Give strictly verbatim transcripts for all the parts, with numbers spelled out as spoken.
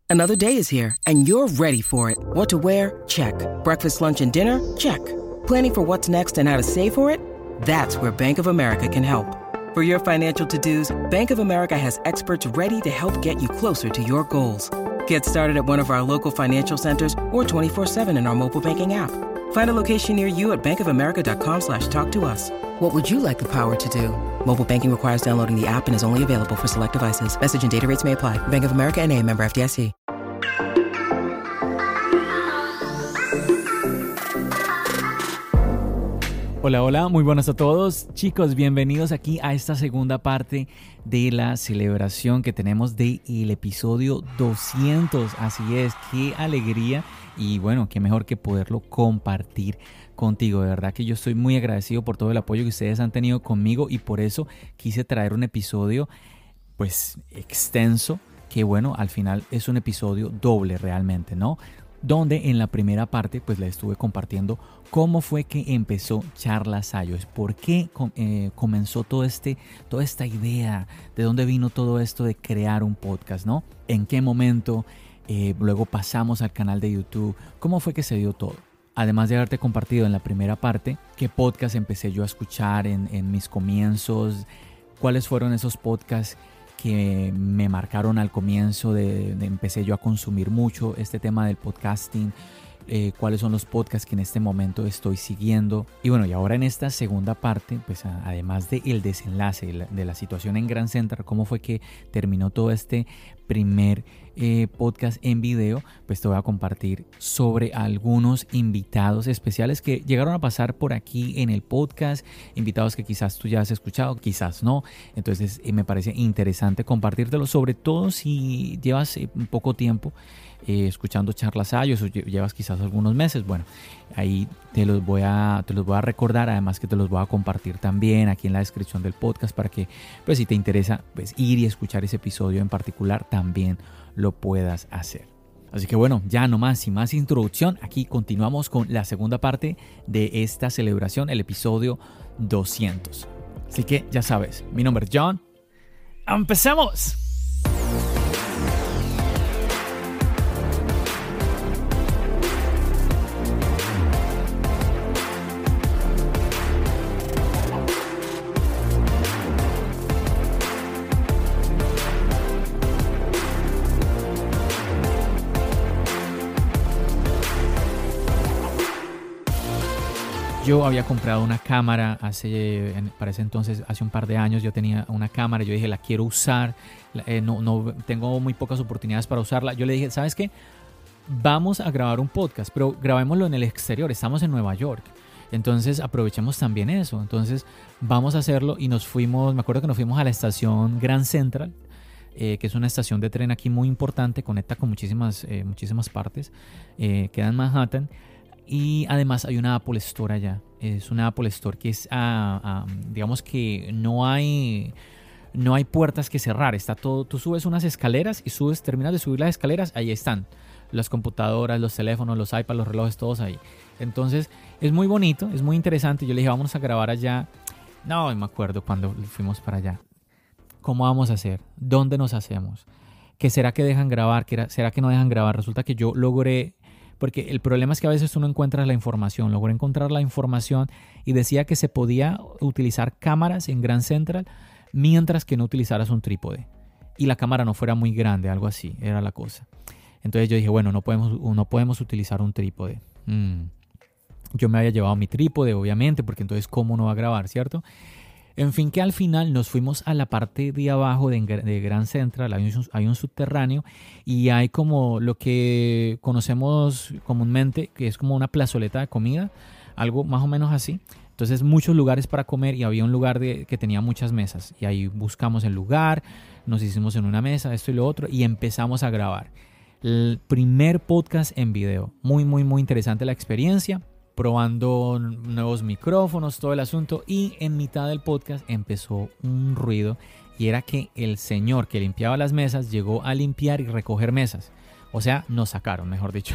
Another day is here, and you're ready for it. What to wear? Check. Breakfast, lunch, and dinner? Check. Planning for what's next and how to save for it? That's where Bank of America can help. For your financial to-dos, Bank of America has experts ready to help get you closer to your goals. Get started at one of our local financial centers or twenty-four seven in our mobile banking app. Find a location near you at bankofamerica.com slash talk to us. What would you like the power to do? Mobile banking requires downloading the app and is only available for select devices. Message and data rates may apply. Bank of America N A, member F D I C. Hola, hola, muy buenas a todos. Chicos, bienvenidos aquí a esta segunda parte de la celebración que tenemos del episodio doscientos. Así es, qué alegría y bueno, qué mejor que poderlo compartir contigo. De verdad que yo estoy muy agradecido por todo el apoyo que ustedes han tenido conmigo y por eso quise traer un episodio pues extenso, que bueno, al final es un episodio doble realmente, ¿no? Donde en la primera parte pues les estuve compartiendo cómo fue que empezó Charlas iOS, por qué eh, comenzó todo este, toda esta idea, de dónde vino todo esto de crear un podcast, ¿no? En qué momento, eh, luego pasamos al canal de YouTube, cómo fue que se dio todo. Además de haberte compartido en la primera parte qué podcast empecé yo a escuchar en, en mis comienzos, cuáles fueron esos podcasts que me marcaron al comienzo, de, de empecé yo a consumir mucho este tema del podcasting, eh, cuáles son los podcasts que en este momento estoy siguiendo. Y bueno, y ahora en esta segunda parte, pues a, además del desenlace de la, de la situación en Grand Central, cómo fue que terminó todo este primer eh, podcast en video, pues te voy a compartir sobre algunos invitados especiales que llegaron a pasar por aquí en el podcast, invitados que quizás tú ya has escuchado, quizás no. Entonces eh, me parece interesante compartírtelo, sobre todo si llevas eh, un poco tiempo eh, escuchando Charlas iOS o llevas quizás algunos meses. Bueno, ahí te los voy a te los voy a recordar, además que te los voy a compartir también aquí en la descripción del podcast para que pues si te interesa pues ir y escuchar ese episodio en particular también lo puedas hacer. Así que bueno, ya no más, sin más introducción, aquí continuamos con la segunda parte de esta celebración, el episodio doscientos. Así que ya sabes, mi nombre es John. ¡Empecemos! Yo había comprado una cámara hace, para ese entonces, hace un par de años yo tenía una cámara, yo dije la quiero usar, eh, no, no tengo muy pocas oportunidades para usarla. Yo le dije, ¿sabes qué? Vamos a grabar un podcast, pero grabémoslo en el exterior, estamos en Nueva York, entonces aprovechemos también eso, entonces vamos a hacerlo y nos fuimos, me acuerdo que nos fuimos a la estación Grand Central, eh, que es una estación de tren aquí muy importante, conecta con muchísimas, eh, muchísimas partes, eh, queda en Manhattan. Y además hay una Apple Store allá. Es una Apple Store que es, uh, um, digamos que no hay, no hay puertas que cerrar. Está todo, tú subes unas escaleras y subes, terminas de subir las escaleras, ahí están las computadoras, los teléfonos, los iPads, los relojes, todos ahí. Entonces es muy bonito, es muy interesante. Yo le dije, vamos a grabar allá. No, me acuerdo cuando fuimos para allá. ¿Cómo vamos a hacer? ¿Dónde nos hacemos? ¿Qué será que dejan grabar? ¿Qué será que no dejan grabar? Resulta que yo logré... Porque el problema es que a veces tú no encuentras la información. Logré encontrar la información y decía que se podía utilizar cámaras en Grand Central mientras que no utilizaras un trípode. Y la cámara no fuera muy grande, algo así, era la cosa. Entonces yo dije, bueno, no podemos, no podemos utilizar un trípode. Mm. Yo me había llevado mi trípode, obviamente, porque entonces ¿cómo no va a grabar, cierto? En fin, que al final nos fuimos a la parte de abajo de, de Grand Central, hay un, hay un subterráneo y hay como lo que conocemos comúnmente, que es como una plazoleta de comida, algo más o menos así. Entonces muchos lugares para comer y había un lugar de, que tenía muchas mesas y ahí buscamos el lugar, nos hicimos en una mesa, esto y lo otro y empezamos a grabar. El primer podcast en video, muy muy muy interesante la experiencia. Probando nuevos micrófonos, todo el asunto, y en mitad del podcast empezó un ruido y era que el señor que limpiaba las mesas llegó a limpiar y recoger mesas. O sea, nos sacaron, mejor dicho.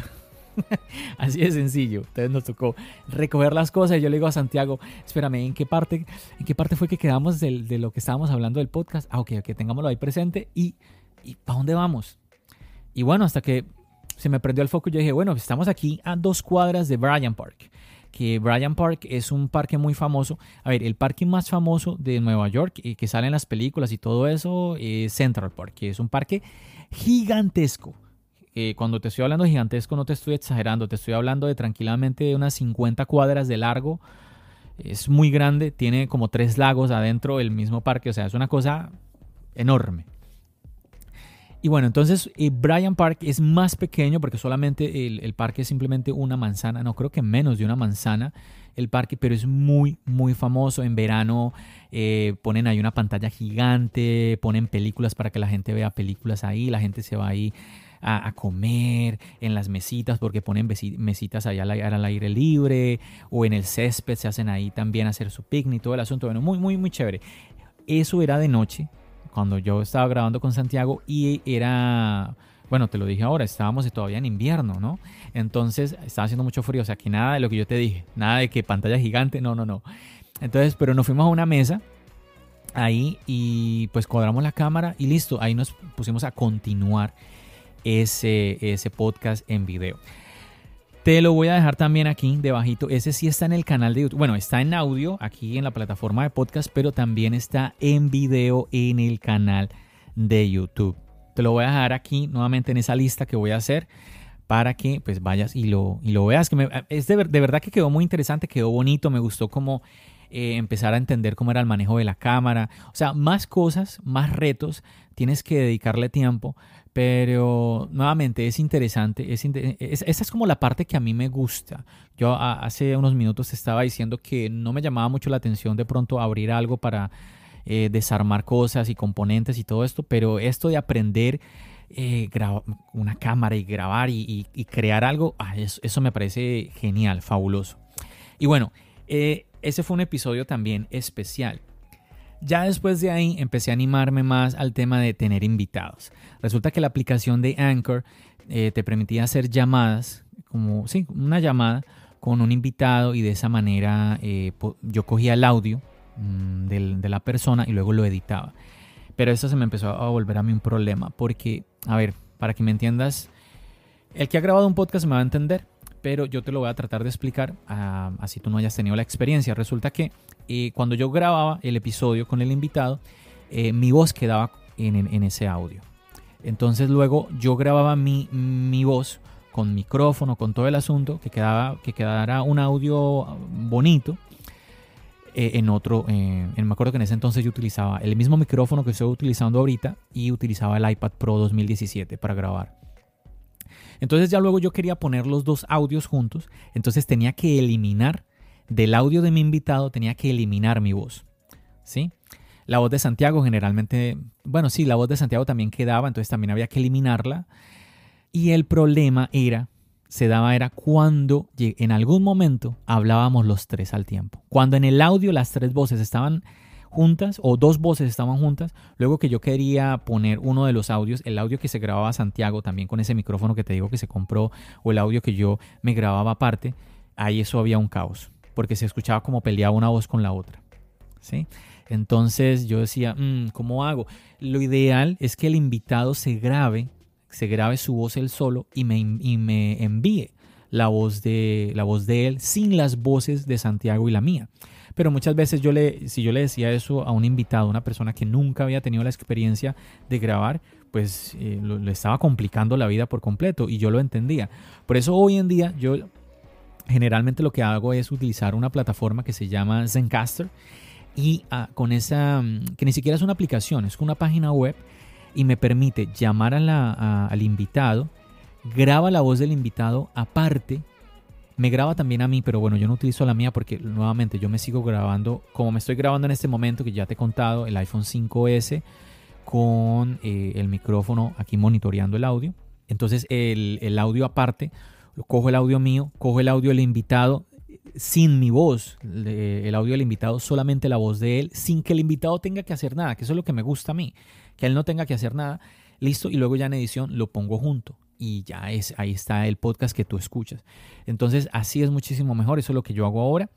Así de sencillo. Entonces nos tocó recoger las cosas y yo le digo a Santiago, espérame, ¿en qué parte, en qué parte fue que quedamos de, de lo que estábamos hablando del podcast? Ah, ok, ok, tengámoslo ahí presente y, y ¿para dónde vamos? y bueno, hasta que se me prendió el foco y yo dije, bueno, estamos aquí a dos cuadras de Bryant Park. Que Bryant Park es un parque muy famoso. A ver, el parque más famoso de Nueva York, eh, que sale en las películas y todo eso, es Central Park, que es un parque gigantesco. Eh, cuando te estoy hablando de gigantesco no te estoy exagerando, te estoy hablando de tranquilamente unas cincuenta cuadras de largo. Es muy grande, tiene como tres lagos adentro del mismo parque, o sea, es una cosa enorme. Y bueno, entonces eh, Bryant Park es más pequeño porque solamente el, el parque es simplemente una manzana, no creo que menos de una manzana el parque, pero es muy, muy famoso. En verano eh, ponen ahí una pantalla gigante, ponen películas para que la gente vea películas ahí, la gente se va ahí a, a comer en las mesitas porque ponen mesitas allá al, al aire libre, o en el césped se hacen ahí también a hacer su picnic, todo el asunto. Bueno, muy, muy, muy chévere. Eso era de noche, cuando yo estaba grabando con Santiago, y era, bueno, te lo dije ahora, estábamos todavía en invierno, ¿no? Entonces estaba haciendo mucho frío, o sea que nada de lo que yo te dije, nada de que pantalla gigante, no, no, no. Entonces, pero nos fuimos a una mesa ahí y pues cuadramos la cámara y listo, ahí nos pusimos a continuar ese, ese podcast en video. Te lo voy a dejar también aquí debajito. Ese sí está en el canal de YouTube. Bueno, está en audio aquí en la plataforma de podcast, pero también está en video en el canal de YouTube. Te lo voy a dejar aquí nuevamente en esa lista que voy a hacer para que pues vayas y lo, y lo veas. Que me, es de, de verdad que quedó muy interesante, quedó bonito. Me gustó como eh, empezar a entender cómo era el manejo de la cámara. O sea, más cosas, más retos. Tienes que dedicarle tiempo. Pero nuevamente es interesante, es, es, esa es como la parte que a mí me gusta. Yo a, hace unos minutos te estaba diciendo que no me llamaba mucho la atención de pronto abrir algo para eh, desarmar cosas y componentes y todo esto, pero esto de aprender eh, graba, una cámara y grabar y, y, y crear algo, ah, eso, eso me parece genial, fabuloso. Y bueno, eh, ese fue un episodio también especial. Ya después de ahí empecé a animarme más al tema de tener invitados. Resulta que la aplicación de Anchor eh, te permitía hacer llamadas, como sí, una llamada con un invitado, y de esa manera eh, yo cogía el audio mmm, de, de la persona y luego lo editaba. Pero eso se me empezó a volver a mí un problema porque, a ver, para que me entiendas, el que ha grabado un podcast me va a entender, pero yo te lo voy a tratar de explicar, uh, así tú no hayas tenido la experiencia. Resulta que eh, cuando yo grababa el episodio con el invitado, eh, mi voz quedaba en, en, en ese audio. Entonces luego yo grababa mi, mi voz con micrófono, con todo el asunto, que, quedaba, que quedara un audio bonito eh, en otro. Eh, me acuerdo que en ese entonces yo utilizaba el mismo micrófono que estoy utilizando ahorita y utilizaba el iPad Pro dos mil diecisiete para grabar. Entonces ya luego yo quería poner los dos audios juntos, entonces tenía que eliminar del audio de mi invitado, tenía que eliminar mi voz, ¿sí? La voz de Santiago generalmente, bueno, sí, la voz de Santiago también quedaba, entonces también había que eliminarla. Y el problema era, se daba era cuando en algún momento hablábamos los tres al tiempo. Cuando en el audio las tres voces estaban juntas o dos voces estaban juntas, luego que yo quería poner uno de los audios, el audio que se grababa Santiago también con ese micrófono que te digo que se compró, o el audio que yo me grababa aparte, ahí eso había un caos, porque se escuchaba como peleaba una voz con la otra, ¿sí? Entonces yo decía, mmm, ¿cómo hago? Lo ideal es que el invitado se grabe, se grabe su voz él solo y me, y me envíe la voz, de, la voz de él sin las voces de Santiago y la mía. Pero muchas veces yo le, si yo le decía eso a un invitado, una persona que nunca había tenido la experiencia de grabar, pues eh, lo, le estaba complicando la vida por completo, y yo lo entendía. Por eso hoy en día yo generalmente lo que hago es utilizar una plataforma que se llama Zencastr, y uh, con esa, que ni siquiera es una aplicación, es una página web, y me permite llamar a la, a, al invitado, graba la voz del invitado aparte, me graba también a mí, pero bueno, yo no utilizo la mía porque nuevamente yo me sigo grabando como me estoy grabando en este momento, que ya te he contado, el iPhone cinco ese con eh, el micrófono aquí monitoreando el audio. Entonces el, el audio aparte, cojo el audio mío, cojo el audio del invitado sin mi voz, el audio del invitado, solamente la voz de él, sin que el invitado tenga que hacer nada, que eso es lo que me gusta a mí, que él no tenga que hacer nada, listo, y luego ya en edición lo pongo junto. Y ya es, ahí está el podcast que tú escuchas. Entonces así es muchísimo mejor. Eso es lo que yo hago ahora.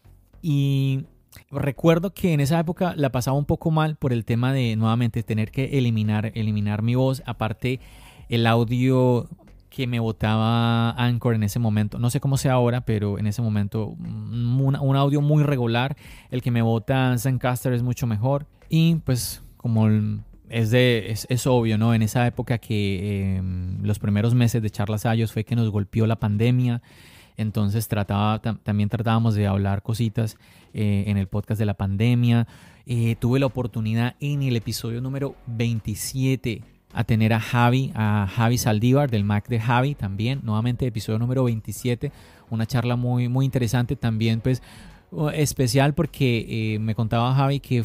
Y recuerdo que en esa época la pasaba un poco mal por el tema de nuevamente tener que eliminar, eliminar mi voz. Aparte el audio que me botaba Anchor en ese momento. No sé cómo sea ahora, pero en ese momento un, un audio muy regular. El que me bota Zencastr es mucho mejor. Y pues como el, es, de, es, es obvio, ¿no? En esa época que eh, los primeros meses de Charlas iOS fue que nos golpeó la pandemia. Entonces trataba, tam, también tratábamos de hablar cositas eh, en el podcast de la pandemia. Eh, tuve la oportunidad en el episodio número veintisiete a tener a Javi, a Javi Saldívar del Mac de Javi también, nuevamente episodio número veintisiete, una charla muy, muy interesante también, pues especial porque eh, me contaba Javi que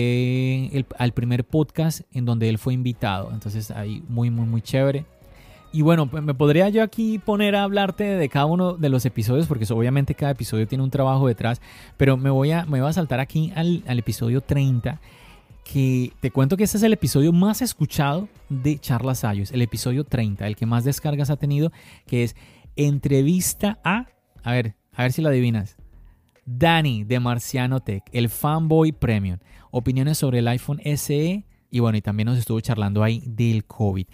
fue el, el primer podcast en donde él fue invitado, entonces ahí muy, muy, muy chévere. Y bueno, pues me podría yo aquí poner a hablarte de cada uno de los episodios, porque obviamente cada episodio tiene un trabajo detrás, pero me voy a, me voy a saltar aquí al, al episodio treinta, que te cuento que este es el episodio más escuchado de Charlas iOS, el episodio treinta, el que más descargas ha tenido, que es entrevista a, a ver, a ver si lo adivinas, Dani de Marciano Tech, el fanboy premium, opiniones sobre el iPhone ese e, y bueno, y también nos estuvo charlando ahí del COVID.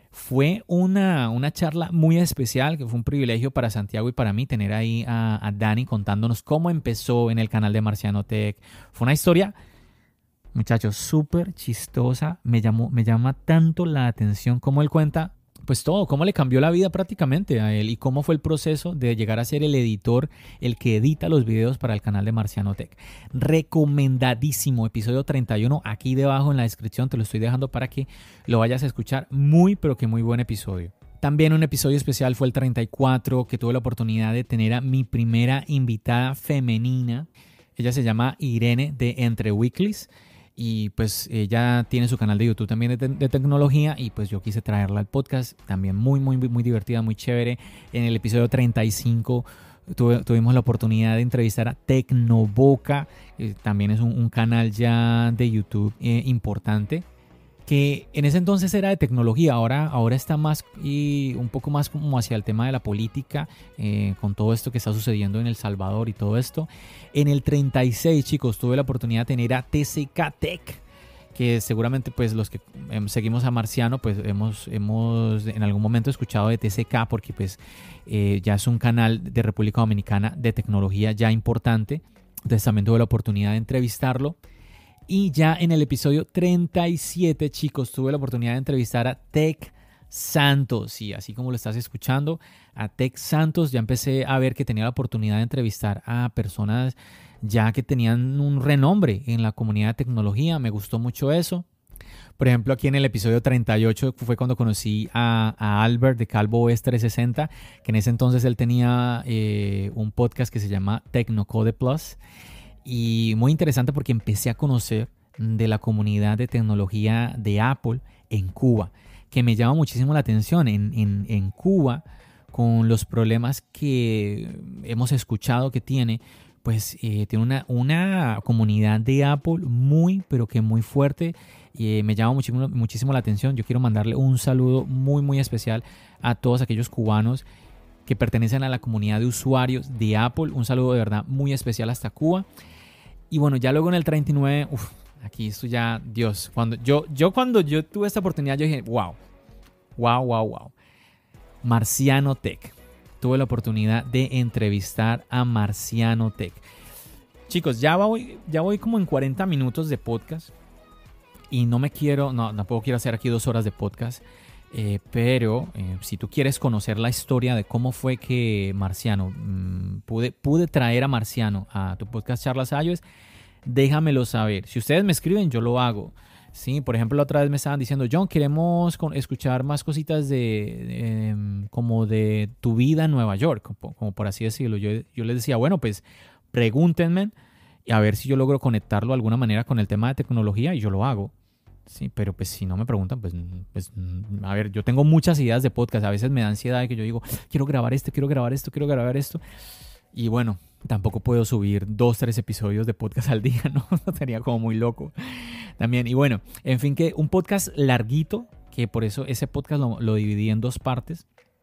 Fue una, una charla muy especial, que fue un privilegio para Santiago y para mí tener ahí a, a Dani contándonos cómo empezó en el canal de Marciano Tech. Fue una historia, muchachos, súper chistosa. Me, llamó, me llama tanto la atención cómo él cuenta, pues todo, cómo le cambió la vida prácticamente a él y cómo fue el proceso de llegar a ser el editor, el que edita los videos para el canal de Marciano Tech. Recomendadísimo, episodio treinta y uno, aquí debajo en la descripción te lo estoy dejando para que lo vayas a escuchar. Muy, pero que muy buen episodio. También un episodio especial fue el treinta y cuatro, que tuve la oportunidad de tener a mi primera invitada femenina. Ella se llama Irene de Entre Weeklies. Y pues ella tiene su canal de YouTube también de, te- de tecnología y pues yo quise traerla al podcast, también muy muy muy divertida, muy chévere. En el episodio treinta y cinco tuve, tuvimos la oportunidad de entrevistar a Tecnoboca, eh, también es un, un canal ya de YouTube eh, importante, que en ese entonces era de tecnología, ahora, ahora está más y un poco más como hacia el tema de la política, eh, con todo esto que está sucediendo en El Salvador y todo esto. En el treinta y seis, chicos, tuve la oportunidad de tener a T C K Tech, que seguramente pues los que eh, seguimos a Marciano pues hemos, hemos en algún momento escuchado de T C K, porque pues eh, ya es un canal de República Dominicana de tecnología ya importante. Entonces también tuve la oportunidad de entrevistarlo. Y ya en el episodio treinta y siete, chicos, tuve la oportunidad de entrevistar a Tech Santos. Y así como lo estás escuchando, a Tech Santos, ya empecé a ver que tenía la oportunidad de entrevistar a personas ya que tenían un renombre en la comunidad de tecnología. Me gustó mucho eso. Por ejemplo, aquí en el episodio treinta y ocho fue cuando conocí a, a Albert de Calvo O S trescientos sesenta, que en ese entonces él tenía eh, un podcast que se llama Tecnocode Plus. Y muy interesante porque empecé a conocer de la comunidad de tecnología de Apple en Cuba, que me llama muchísimo la atención. En, en, en Cuba, con los problemas que hemos escuchado que tiene, pues eh, tiene una, una comunidad de Apple muy, pero que muy fuerte. Y eh, me llama muchísimo, muchísimo la atención. Yo quiero mandarle un saludo muy, muy especial a todos aquellos cubanos que pertenecen a la comunidad de usuarios de Apple. Un saludo de verdad muy especial hasta Cuba. Y bueno, ya luego en el treinta y nueve, uf, aquí esto ya, Dios, cuando yo, yo cuando yo tuve esta oportunidad, yo dije, wow, wow, wow, wow. Marciano Tech. Tuve la oportunidad de entrevistar a Marciano Tech. Chicos, ya voy, ya voy como en cuarenta minutos de podcast. Y no me quiero, no, tampoco quiero hacer aquí dos horas de podcast. Eh, pero eh, si tú quieres conocer la historia de cómo fue que Marciano, mmm, pude, pude traer a Marciano a tu podcast Charlas iOS, déjamelo saber. Si ustedes me escriben, yo lo hago. Sí, por ejemplo, la otra vez me estaban diciendo, John, queremos con, escuchar más cositas de, de um, como de tu vida en Nueva York, como, como por así decirlo. Yo, yo les decía, bueno, pues pregúntenme y a ver si yo logro conectarlo de alguna manera con el tema de tecnología y yo lo hago. Sí, pero pues si no me preguntan, pues, pues a ver, yo tengo muchas ideas de podcast. A veces me da ansiedad de que yo digo, quiero grabar esto, quiero grabar esto, quiero grabar esto. Y bueno, tampoco puedo subir dos, tres episodios de podcast al día, ¿no? Sería como muy loco también. Y bueno, en fin, que un podcast larguito, que por eso ese podcast lo, lo dividí en dos partes.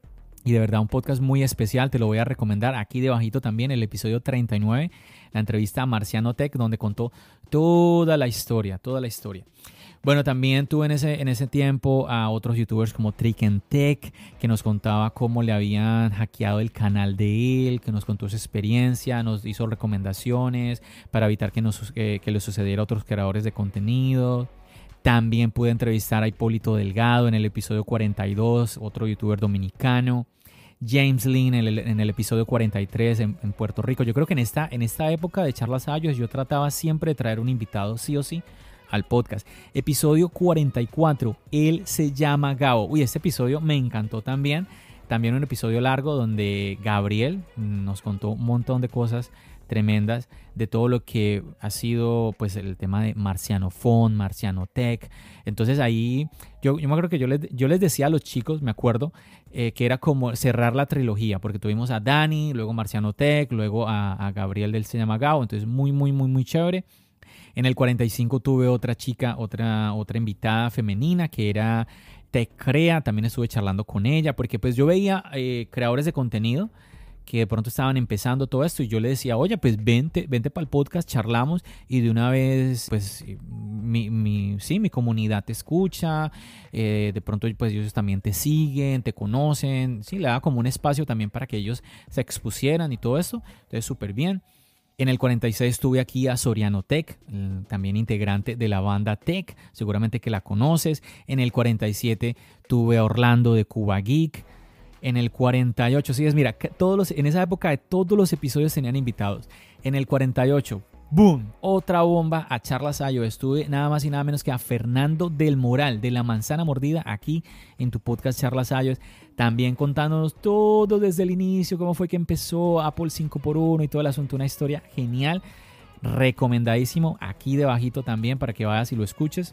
Y de verdad un podcast muy especial, te lo voy a recomendar. Aquí debajito también el episodio treinta y nueve, la entrevista a Marciano Tech, donde contó toda la historia, toda la historia. Bueno, también tuve en ese, en ese tiempo a otros youtubers como Trick Tech, que nos contaba cómo le habían hackeado el canal de él, que nos contó su experiencia, nos hizo recomendaciones para evitar que, nos, eh, que le sucediera a otros creadores de contenido. También pude entrevistar a Hipólito Delgado en el episodio cuarenta y dos, otro youtuber dominicano. James Lin en el, en el episodio cuarenta y tres en, en Puerto Rico. Yo creo que en esta, en esta época de Charlas Ayos yo trataba siempre de traer un invitado sí o sí al podcast. Episodio cuarenta y cuatro, él se llama Gabo. Uy, este episodio me encantó también. También un episodio largo donde Gabriel nos contó un montón de cosas tremendas de todo lo que ha sido pues el tema de Marciano Phone, Marciano Tech. Entonces ahí yo, yo me acuerdo que yo les, yo les decía a los chicos, me acuerdo, eh, que era como cerrar la trilogía, porque tuvimos a Dani, luego Marciano Tech, luego a, a Gabriel del Se Llama Gabo. Entonces muy, muy, muy, muy chévere. En el cuarenta y cinco tuve otra chica, otra, otra invitada femenina que era Tech Crea. También estuve charlando con ella porque pues yo veía eh, creadores de contenido que de pronto estaban empezando todo esto y yo le decía, oye, pues vente, vente para el podcast, charlamos y de una vez, pues, mi, mi, sí, mi comunidad te escucha, eh, de pronto pues ellos también te siguen, te conocen, sí, le daba como un espacio también para que ellos se expusieran y todo esto, entonces súper bien. En el cuarenta y seis tuve aquí a Soriano Tech, también integrante de la banda Tech, seguramente que la conoces. En el cuarenta y siete tuve a Orlando de Cuba Geek. En el cuarenta y ocho, sí, es mira, todos los, en esa época todos los episodios tenían invitados. En el cuarenta y ocho, ¡boom! Otra bomba a Charlas Ayo. Estuve nada más y nada menos que a Fernando del Moral, de La Manzana Mordida, aquí en tu podcast Charlas Ayo. También contándonos todo desde el inicio, cómo fue que empezó Apple cinco por uno y todo el asunto. Una historia genial, recomendadísimo. Aquí debajito también para que vayas y lo escuches.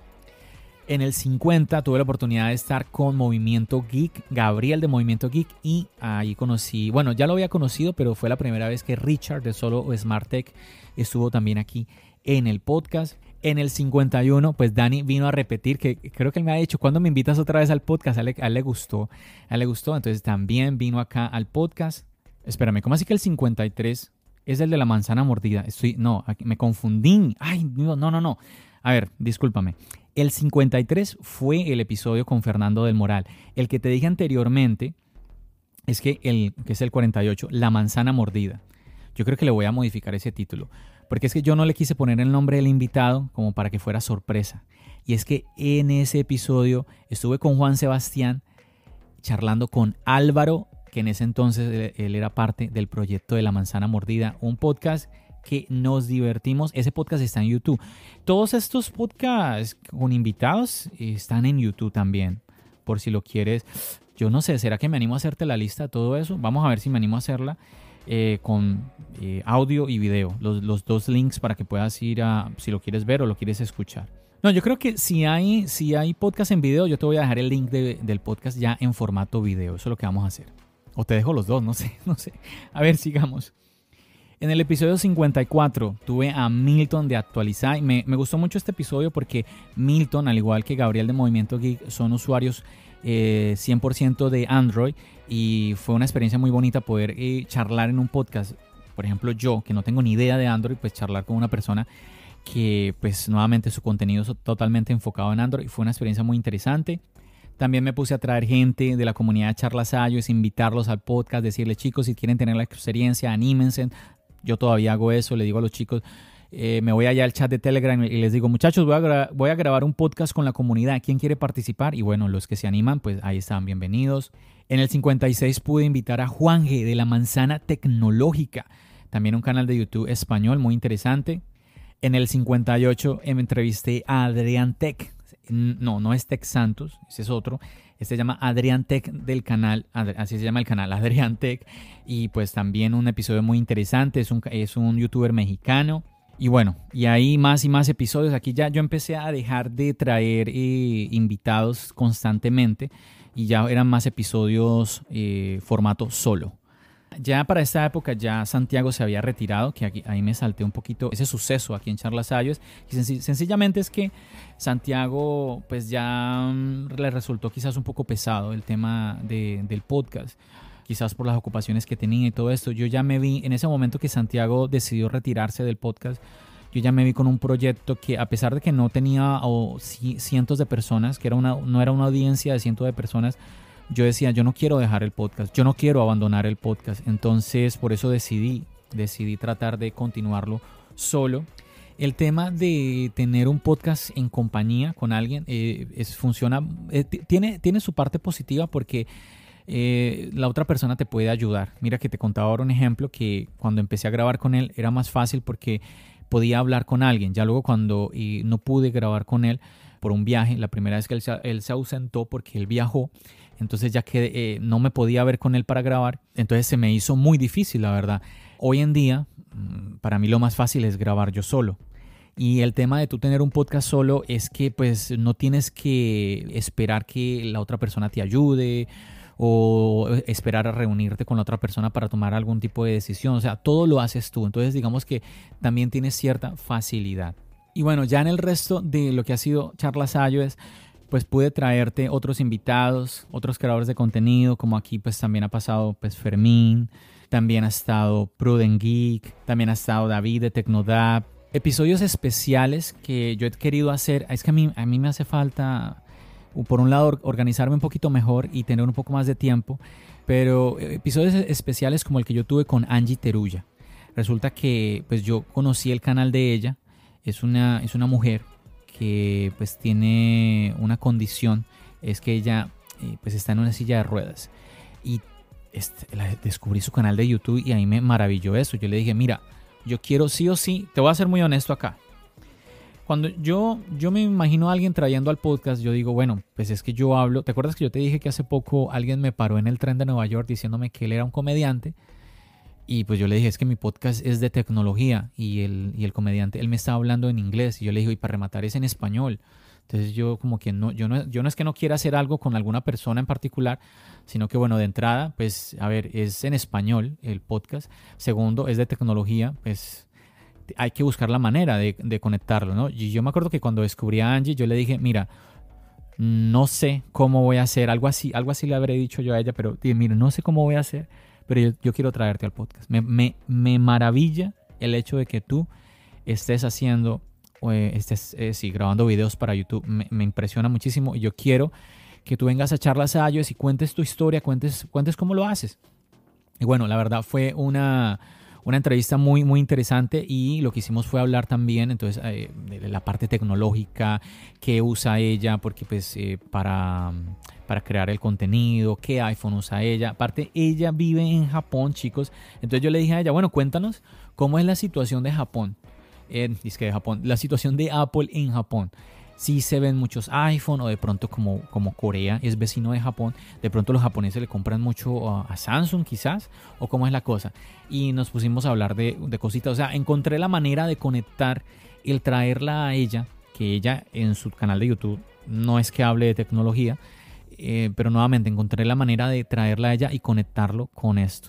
En el cincuenta tuve la oportunidad de estar con Movimiento Geek, Gabriel de Movimiento Geek, y ahí conocí, bueno, ya lo había conocido, pero fue la primera vez que Richard de Solo Smart Tech estuvo también aquí en el podcast. En el cincuenta y uno, pues Dani vino a repetir, que creo que él me ha dicho, ¿cuándo me invitas otra vez al podcast? A él, a él le gustó, a él le gustó, entonces también vino acá al podcast. Espérame, ¿cómo así que el cincuenta y tres es el de la manzana mordida? Estoy, no, me confundí. Ay, no, no, no. A ver, discúlpame. El cincuenta y tres fue el episodio con Fernando del Moral. El que te dije anteriormente es que, el, que es el cuarenta y ocho, La Manzana Mordida. Yo creo que le voy a modificar ese título, porque es que yo no le quise poner el nombre del invitado como para que fuera sorpresa. Y es que en ese episodio estuve con Juan Sebastián charlando con Álvaro, que en ese entonces él era parte del proyecto de La Manzana Mordida, un podcast que nos divertimos. Ese podcast está en YouTube. Todos estos podcasts con invitados están en YouTube también, por si lo quieres. Yo no sé, ¿será que me animo a hacerte la lista de todo eso? Vamos a ver si me animo a hacerla eh, con eh, audio y video. Los, los dos links para que puedas ir a, si lo quieres ver o lo quieres escuchar. No, yo creo que si hay, si hay podcast en video, yo te voy a dejar el link de, del podcast ya en formato video. Eso es lo que vamos a hacer. O te dejo los dos, no sé, no sé. A ver, sigamos. En el episodio cincuenta y cuatro tuve a Milton de Actualizar. Me, me gustó mucho este episodio porque Milton, al igual que Gabriel de Movimiento Geek, son usuarios eh, cien por ciento de Android y fue una experiencia muy bonita poder eh, charlar en un podcast. Por ejemplo, yo, que no tengo ni idea de Android, pues charlar con una persona que pues nuevamente su contenido es totalmente enfocado en Android. Fue una experiencia muy interesante. También me puse a traer gente de la comunidad de Charlas Ayos, invitarlos al podcast, decirles, chicos, si quieren tener la experiencia, anímense. Yo todavía hago eso, le digo a los chicos, eh, me voy allá al chat de Telegram y les digo, muchachos, voy a, gra- voy a grabar un podcast con la comunidad, ¿quién quiere participar? Y bueno, los que se animan, pues ahí están, bienvenidos. En el cincuenta y seis pude invitar a Juan G de La Manzana Tecnológica, también un canal de YouTube español muy interesante. En el cincuenta y ocho me entrevisté a Adrián Tech, no, no es Tech Santos, ese es otro. Este se llama Adrián Tech del canal, así se llama el canal, Adrián Tech. Y pues también un episodio muy interesante, es un, es un youtuber mexicano. Y bueno, y ahí más y más episodios. Aquí ya yo empecé a dejar de traer eh, invitados constantemente y ya eran más episodios eh, formato solo. Ya para esta época ya Santiago se había retirado, que aquí, ahí me salté un poquito ese suceso aquí en Charlas Ayos. Y senc- sencillamente es que Santiago pues ya um, le resultó quizás un poco pesado el tema de, del podcast. quizás por las ocupaciones que tenía y todo esto. Yo ya me vi, en ese momento que Santiago decidió retirarse del podcast, yo ya me vi con un proyecto que, a pesar de que no tenía oh, cientos de personas, que era una, no era una audiencia de cientos de personas, yo decía, yo no quiero dejar el podcast, yo no quiero abandonar el podcast. Entonces, por eso decidí, decidí tratar de continuarlo solo. El tema de tener un podcast en compañía con alguien eh, es, funciona, eh, tiene, tiene su parte positiva porque eh, la otra persona te puede ayudar. Mira que te contaba ahora un ejemplo que cuando empecé a grabar con él era más fácil porque podía hablar con alguien. Ya luego cuando y no pude grabar con él por un viaje, la primera vez que él se, él se ausentó porque él viajó, entonces ya que eh, no me podía ver con él para grabar, entonces se me hizo muy difícil, la verdad. Hoy en día, para mí lo más fácil es grabar yo solo. Y el tema de tú tener un podcast solo es que pues no tienes que esperar que la otra persona te ayude o esperar a reunirte con la otra persona para tomar algún tipo de decisión. O sea, todo lo haces tú. Entonces digamos que también tienes cierta facilidad. Y bueno, ya en el resto de lo que ha sido Charlas iOS, pues pude traerte otros invitados, otros creadores de contenido, como aquí pues también ha pasado pues Fermín, también ha estado Prudent Geek, también ha estado David de Tecnodap. Episodios especiales que yo he querido hacer. Es que a mí, a mí me hace falta, por un lado, organizarme un poquito mejor y tener un poco más de tiempo, pero episodios especiales como el que yo tuve con Angie Teruya. Resulta que pues yo conocí el canal de ella. Es una, es una mujer que pues tiene una condición, es que ella eh, pues está en una silla de ruedas y este, la, descubrí su canal de YouTube y a mí me maravilló eso. Yo le dije, mira, yo quiero sí o sí, te voy a ser muy honesto acá. Cuando yo, yo me imagino a alguien trayendo al podcast, yo digo, bueno, pues es que yo hablo. ¿Te acuerdas que yo te dije que hace poco alguien me paró en el tren de Nueva York diciéndome que él era un comediante? Y pues yo le dije, es que mi podcast es de tecnología y el, y el comediante, él me estaba hablando en inglés. Y yo le dije, y para rematar es en español. Entonces yo como que no, yo no, yo no es que no quiera hacer algo con alguna persona en particular, sino que bueno, de entrada, pues a ver, es en español el podcast. Segundo, es de tecnología, pues hay que buscar la manera de, de conectarlo, ¿no? Y yo me acuerdo que cuando descubrí a Angie, yo le dije, mira, no sé cómo voy a hacer, algo así, algo así le habré dicho yo a ella, pero dije, mira, no sé cómo voy a hacer, pero yo, yo quiero traerte al podcast. Me, me, me maravilla el hecho de que tú estés haciendo, eh, estés eh, sí, grabando videos para YouTube. Me, me impresiona muchísimo y yo quiero que tú vengas a Charlas iOS y cuentes tu historia, cuentes, cuentes cómo lo haces. Y bueno, la verdad fue una, una entrevista muy, muy interesante y lo que hicimos fue hablar también entonces, eh, de la parte tecnológica, qué usa ella, porque pues eh, para, para crear el contenido, qué iPhone usa ella. Aparte, ella vive en Japón, chicos. Entonces yo le dije a ella, bueno, cuéntanos cómo es la situación de Japón. Eh, es que de Japón, la situación de Apple en Japón. Si se ven muchos iPhone o de pronto como, como Corea es vecino de Japón, de pronto los japoneses le compran mucho a, a Samsung quizás, o cómo es la cosa. Y nos pusimos a hablar de, de cositas, o sea, encontré la manera de conectar, el traerla a ella, que ella en su canal de YouTube no es que hable de tecnología, eh, pero nuevamente encontré la manera de traerla a ella y conectarlo con esto.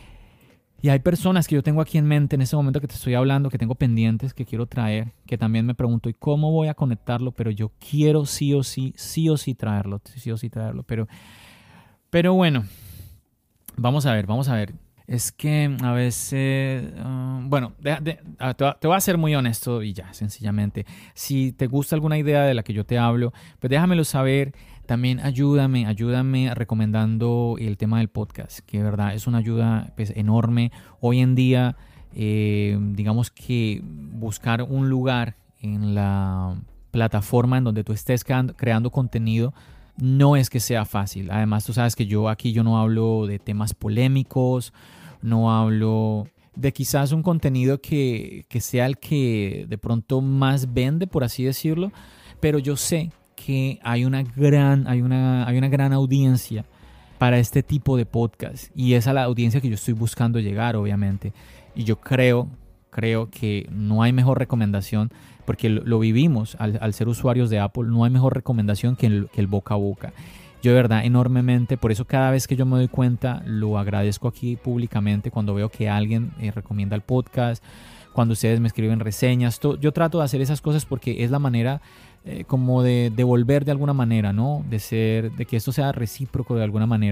Y hay personas que yo tengo aquí en mente en ese momento que te estoy hablando, que tengo pendientes, que quiero traer, que también me pregunto, ¿y cómo voy a conectarlo? Pero yo quiero sí o sí, sí o sí traerlo, sí o sí traerlo. Pero, pero bueno, vamos a ver, vamos a ver. Es que a veces, uh, bueno, de, de, te, te voy a ser muy honesto y ya, sencillamente. Si te gusta alguna idea de la que yo te hablo, pues déjamelo saber. También ayúdame, ayúdame recomendando el tema del podcast, que de verdad es una ayuda pues, enorme. Hoy en día, eh, digamos que buscar un lugar en la plataforma en donde tú estés creando, creando contenido no es que sea fácil. Además, tú sabes que yo aquí yo no hablo de temas polémicos, no hablo de quizás un contenido que, que sea el que de pronto más vende, por así decirlo, pero yo sé que hay una gran, hay una, hay una gran audiencia para este tipo de podcast y esa es la audiencia que yo estoy buscando llegar, obviamente. Y yo creo, creo que no hay mejor recomendación, porque lo, lo vivimos al, al ser usuarios de Apple, no hay mejor recomendación que el, que el boca a boca. Yo de verdad enormemente, por eso cada vez que yo me doy cuenta, lo agradezco aquí públicamente cuando veo que alguien eh, recomienda el podcast, cuando ustedes me escriben reseñas. To, yo trato de hacer esas cosas porque es la manera Eh, como de devolver de alguna manera, ¿no? De ser, de que esto sea recíproco de alguna manera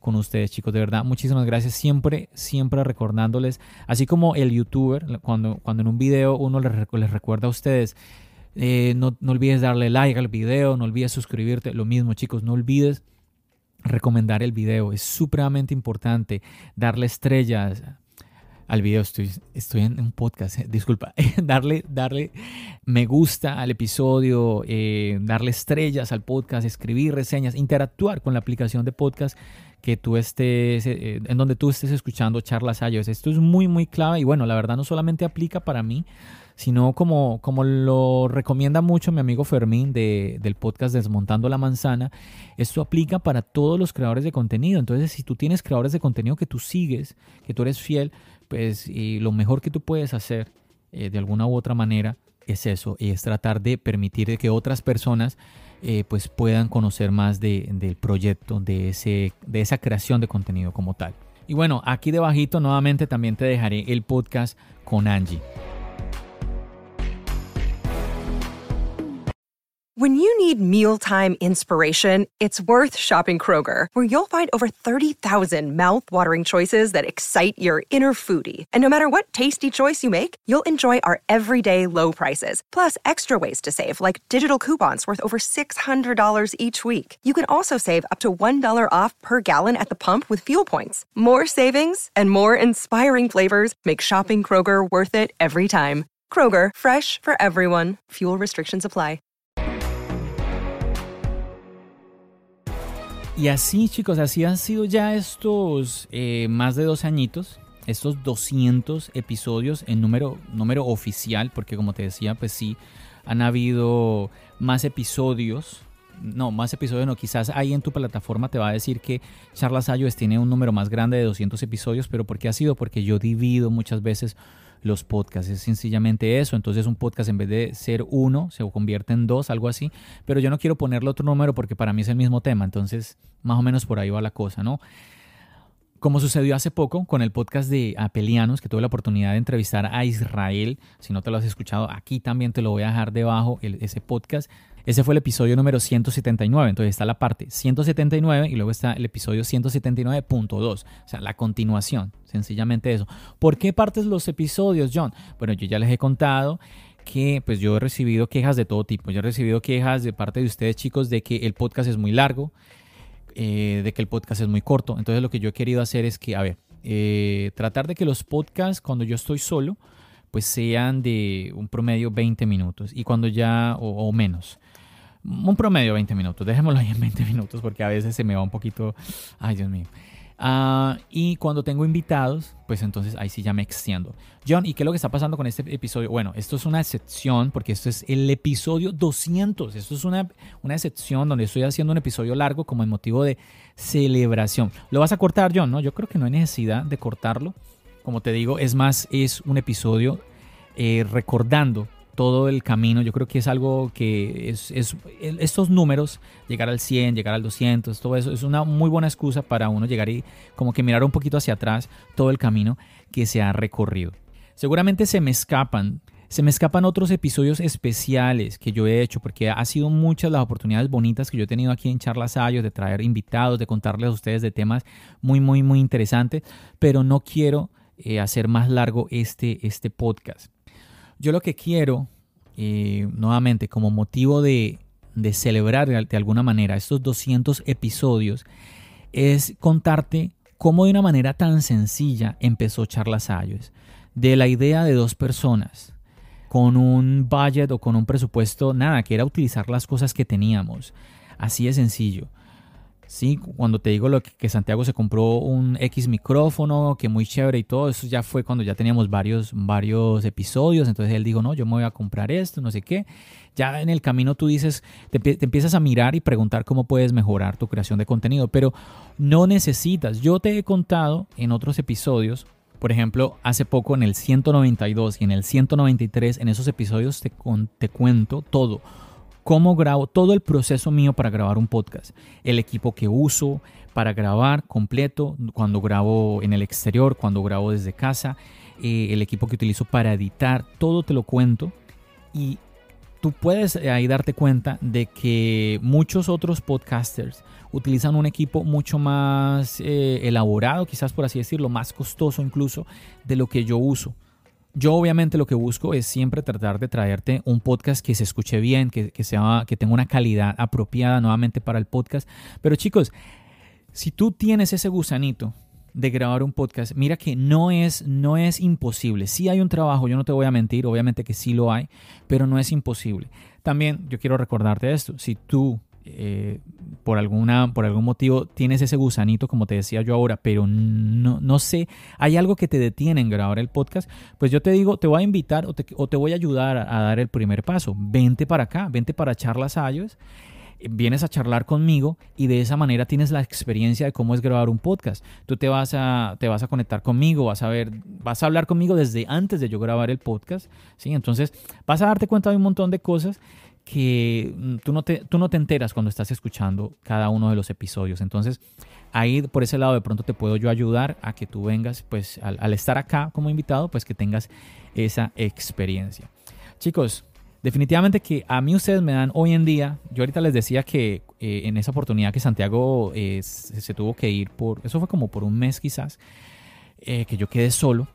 con ustedes, chicos. De verdad, muchísimas gracias. Siempre, siempre recordándoles, así como el youtuber, cuando, cuando en un video uno les, les recuerda a ustedes, eh, no, no olvides darle like al video, no olvides suscribirte. Lo mismo, chicos, no olvides recomendar el video. Es supremamente importante darle estrellas al video. Estoy, estoy en un podcast, eh, disculpa. darle, darle me gusta al episodio, eh, darle estrellas al podcast, escribir reseñas, interactuar con la aplicación de podcast que tú estés, eh, en donde tú estés escuchando charlas iOS. Esto es muy, muy clave y bueno, la verdad no solamente aplica para mí, sino como, como lo recomienda mucho mi amigo Fermín de, del podcast Desmontando la Manzana, esto aplica para todos los creadores de contenido. Entonces, si tú tienes creadores de contenido que tú sigues, que tú eres fiel, pues y lo mejor que tú puedes hacer eh, de alguna u otra manera es eso, es tratar de permitir que otras personas eh, pues puedan conocer más de, del proyecto, de, ese, de esa creación de contenido como tal. Y bueno, aquí debajito nuevamente también te dejaré el podcast con Angie. When you need mealtime inspiration, it's worth shopping Kroger, where you'll find over thirty thousand mouth-watering choices that excite your inner foodie. And no matter what tasty choice you make, you'll enjoy our everyday low prices, plus extra ways to save, like digital coupons worth over six hundred dollars each week. You can also save up to one dollar off per gallon at the pump with fuel points. More savings and more inspiring flavors make shopping Kroger worth it every time. Kroger, fresh for everyone. Fuel restrictions apply. Y así, chicos, así han sido ya estos eh, más de dos añitos, estos doscientos episodios en número, número oficial, porque como te decía, pues sí, han habido más episodios, no, más episodios no, quizás ahí en tu plataforma te va a decir que Charlas iOS tiene un número más grande de doscientos episodios, pero ¿por qué ha sido? Porque yo divido muchas veces los podcasts, es sencillamente eso. Entonces un podcast en vez de ser uno se convierte en dos, algo así, pero yo no quiero ponerle otro número porque para mí es el mismo tema, entonces más o menos por ahí va la cosa, ¿no? Como sucedió hace poco con el podcast de Apelianos, que tuve la oportunidad de entrevistar a Israel. Si no te lo has escuchado, aquí también te lo voy a dejar debajo, el, ese podcast. Ese fue el episodio número ciento setenta y nueve. Entonces está la parte ciento setenta y nueve y luego está el episodio ciento setenta y nueve punto dos. O sea, la continuación, sencillamente eso. ¿Por qué partes los episodios, John? Bueno, yo ya les he contado que pues yo he recibido quejas de todo tipo. Yo he recibido quejas de parte de ustedes, chicos, de que el podcast es muy largo, eh, de que el podcast es muy corto. Entonces lo que yo he querido hacer es que, a ver, eh, tratar de que los podcasts cuando yo estoy solo pues sean de un promedio veinte minutos y cuando ya, o, o menos, un promedio de veinte minutos, dejémoslo ahí en veinte minutos porque a veces se me va un poquito, ay Dios mío. Uh, y cuando tengo invitados, pues entonces ahí sí ya me extiendo. John, ¿y qué es lo que está pasando con este episodio? Bueno, esto es una excepción porque esto es el episodio doscientos. Esto es una, una excepción donde estoy haciendo un episodio largo como en motivo de celebración. ¿Lo vas a cortar, John? No, yo creo que no hay necesidad de cortarlo. Como te digo, es más, es un episodio eh, recordando todo el camino. Yo creo que es algo que es, es estos números, llegar al cien, llegar al doscientos, todo eso es una muy buena excusa para uno llegar y como que mirar un poquito hacia atrás todo el camino que se ha recorrido. Seguramente se me escapan, se me escapan otros episodios especiales que yo he hecho porque ha sido muchas las oportunidades bonitas que yo he tenido aquí en Charlas iOS de traer invitados, de contarles a ustedes de temas muy, muy, muy interesantes, pero no quiero eh, hacer más largo este, este podcast. Yo lo que quiero, eh, nuevamente, como motivo de, de celebrar de, de alguna manera estos doscientos episodios, es contarte cómo de una manera tan sencilla empezó Charlas iOS. De la idea de dos personas, con un budget o con un presupuesto, nada, que era utilizar las cosas que teníamos. Así de sencillo. Sí, cuando te digo lo que, que Santiago se compró un X micrófono, que muy chévere y todo, eso ya fue cuando ya teníamos varios, varios episodios. Entonces él dijo, no, yo me voy a comprar esto, no sé qué. Ya en el camino tú dices, te, te empiezas a mirar y preguntar cómo puedes mejorar tu creación de contenido, pero no necesitas. Yo te he contado en otros episodios, por ejemplo, hace poco en el ciento noventa y dos y en el ciento noventa y tres, en esos episodios te, con, te cuento todo. Cómo grabo, todo el proceso mío para grabar un podcast, el equipo que uso para grabar completo, cuando grabo en el exterior, cuando grabo desde casa, eh, el equipo que utilizo para editar, todo te lo cuento y tú puedes ahí darte cuenta de que muchos otros podcasters utilizan un equipo mucho más eh, elaborado, quizás por así decirlo, más costoso incluso de lo que yo uso. Yo obviamente lo que busco es siempre tratar de traerte un podcast que se escuche bien, que, que, sea, que tenga una calidad apropiada nuevamente para el podcast. Pero chicos, si tú tienes ese gusanito de grabar un podcast, mira que no es, no es imposible. Sí hay un trabajo, yo no te voy a mentir, obviamente que sí lo hay, pero no es imposible. También yo quiero recordarte esto, si tú eh, por, alguna, por algún motivo tienes ese gusanito, como te decía yo ahora, pero no, no sé, hay algo que te detiene en grabar el podcast, pues yo te digo, te voy a invitar o te, o te voy a ayudar a, a dar el primer paso. Vente para acá, vente para Charlas iOS. Vienes a charlar conmigo y de esa manera tienes la experiencia de cómo es grabar un podcast. Tú te vas a, te vas a conectar conmigo, vas a ver, vas a hablar conmigo desde antes de yo grabar el podcast, ¿sí? Entonces vas a darte cuenta de un montón de cosas que tú no te, tú no te enteras cuando estás escuchando cada uno de los episodios. Entonces ahí por ese lado de pronto te puedo yo ayudar a que tú vengas, pues al, al estar acá como invitado, pues que tengas esa experiencia. Chicos, definitivamente que a mí ustedes me dan hoy en día, yo ahorita les decía que eh, en esa oportunidad que Santiago eh, se, se tuvo que ir por, eso fue como por un mes quizás, eh, que yo quedé solo,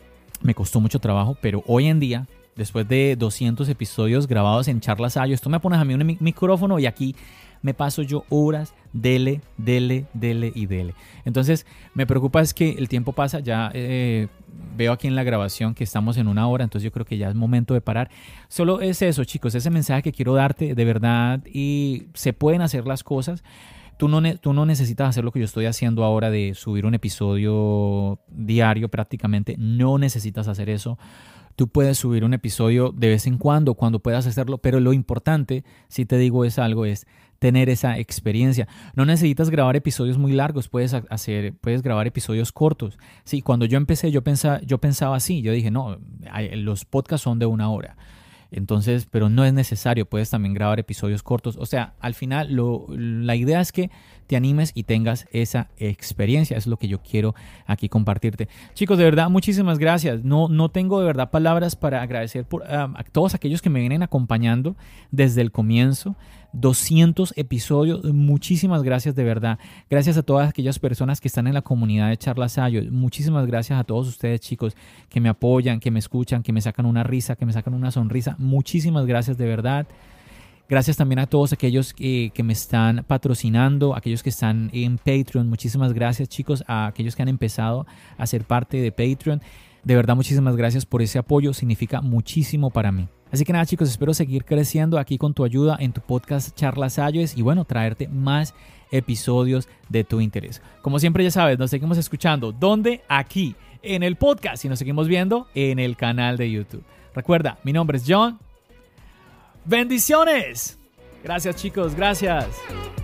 me costó mucho trabajo, pero hoy en día, después de doscientos episodios grabados en Charlas iOS, tú me pones a mí un micrófono y aquí me paso yo horas, dele, dele, dele y dele. Entonces, me preocupa es que el tiempo pasa, ya eh, veo aquí en la grabación que estamos en una hora, entonces yo creo que ya es momento de parar. Solo es eso, chicos, ese mensaje que quiero darte de verdad, y se pueden hacer las cosas. Tú no, tú no necesitas hacer lo que yo estoy haciendo ahora de subir un episodio diario prácticamente, no necesitas hacer eso. Tú puedes subir un episodio de vez en cuando, cuando puedas hacerlo, pero lo importante, si te digo es algo, es tener esa experiencia. No necesitas grabar episodios muy largos, puedes hacer, puedes grabar episodios cortos. Sí, cuando yo empecé, yo pensaba, yo pensaba así, yo dije, no, los podcasts son de una hora. Entonces, pero no es necesario, puedes también grabar episodios cortos. O sea, al final lo, la idea es que te animes y tengas esa experiencia. Es lo que yo quiero aquí compartirte. Chicos, de verdad, muchísimas gracias. No, no tengo de verdad palabras para agradecer por, um, a todos aquellos que me vienen acompañando desde el comienzo. doscientos episodios, muchísimas gracias de verdad. Gracias a todas aquellas personas que están en la comunidad de Charlas iOS. Muchísimas gracias a todos ustedes, chicos, que me apoyan, que me escuchan, que me sacan una risa, que me sacan una sonrisa. Muchísimas gracias de verdad. Gracias también a todos aquellos que, que me están patrocinando, aquellos que están en Patreon. Muchísimas gracias, chicos, a aquellos que han empezado a ser parte de Patreon. De verdad, muchísimas gracias por ese apoyo. Significa muchísimo para mí. Así que nada, chicos, espero seguir creciendo aquí con tu ayuda en tu podcast Charlas iOS y bueno, traerte más episodios de tu interés. Como siempre ya sabes, nos seguimos escuchando. ¿Dónde? Aquí, en el podcast, y nos seguimos viendo en el canal de YouTube. Recuerda, mi nombre es John. ¡Bendiciones! Gracias, chicos, gracias.